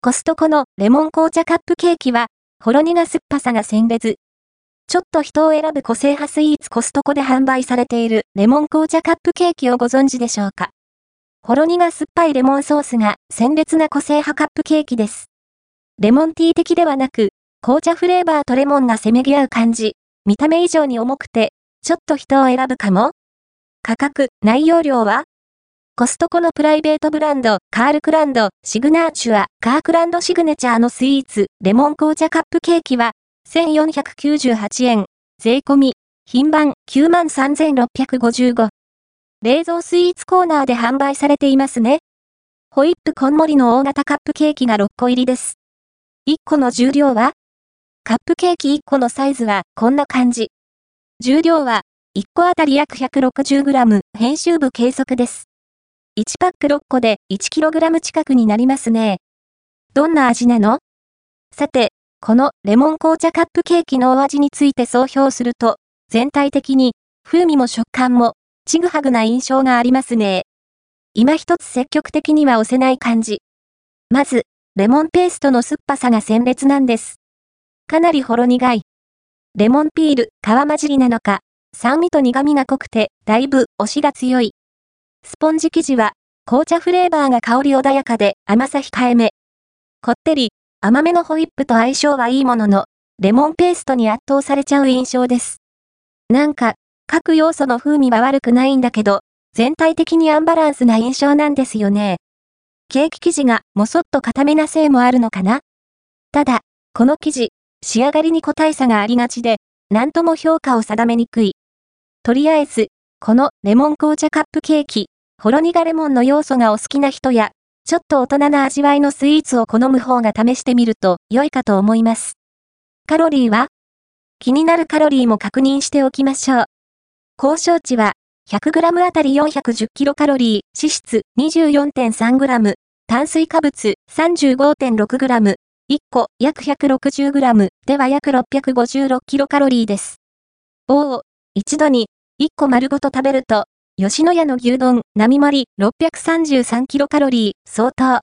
コストコのレモン紅茶カップケーキは、ほろ苦酸っぱさが鮮烈。ちょっと人を選ぶ個性派スイーツコストコで販売されているレモン紅茶カップケーキをご存知でしょうか。ほろ苦酸っぱいレモンソースが鮮烈な個性派カップケーキです。レモンティー的ではなく、紅茶フレーバーとレモンがせめぎ合う感じ。見た目以上に重くて、ちょっと人を選ぶかも。価格、内容量はコストコのプライベートブランド、カールクランド、シグナーチュア、カークランドシグネチャーのスイーツ、レモン紅茶カップケーキは、1498円、税込み、品番93,655。冷蔵スイーツコーナーで販売されていますね。ホイップこんもりの大型カップケーキが6個入りです。1個の重量はカップケーキ1個のサイズはこんな感じ。重量は1個あたり約 160g、編集部計測です。1パック6個で 1kg 近くになりますね。どんな味なの？さて、このレモン紅茶カップケーキのお味について総評すると、全体的に風味も食感もちぐはぐな印象がありますね。今一つ積極的には押せない感じ。まず、レモンペーストの酸っぱさが鮮烈なんです。かなりほろ苦い。レモンピール、皮混じりなのか、酸味と苦味が濃くて、だいぶ押しが強い。スポンジ生地は、紅茶フレーバーが香り穏やかで甘さ控えめ。こってり、甘めのホイップと相性はいいものの、レモンペーストに圧倒されちゃう印象です。なんか、各要素の風味は悪くないんだけど、全体的にアンバランスな印象なんですよね。ケーキ生地がもそっと固めなせいもあるのかな？ただ、この生地、仕上がりに個体差がありがちで、なんとも評価を定めにくい。とりあえず、このレモン紅茶カップケーキ、ほろ苦レモンの要素がお好きな人や、ちょっと大人な味わいのスイーツを好む方が試してみると良いかと思います。カロリーは？気になるカロリーも確認しておきましょう。交渉値は 100g あたり 410kcal、脂質 24.3g、炭水化物 35.6g、1個約 160g では約 656kcal です。おお、一度に1個丸ごと食べると、吉野家の牛丼並盛り 633kcal 相当。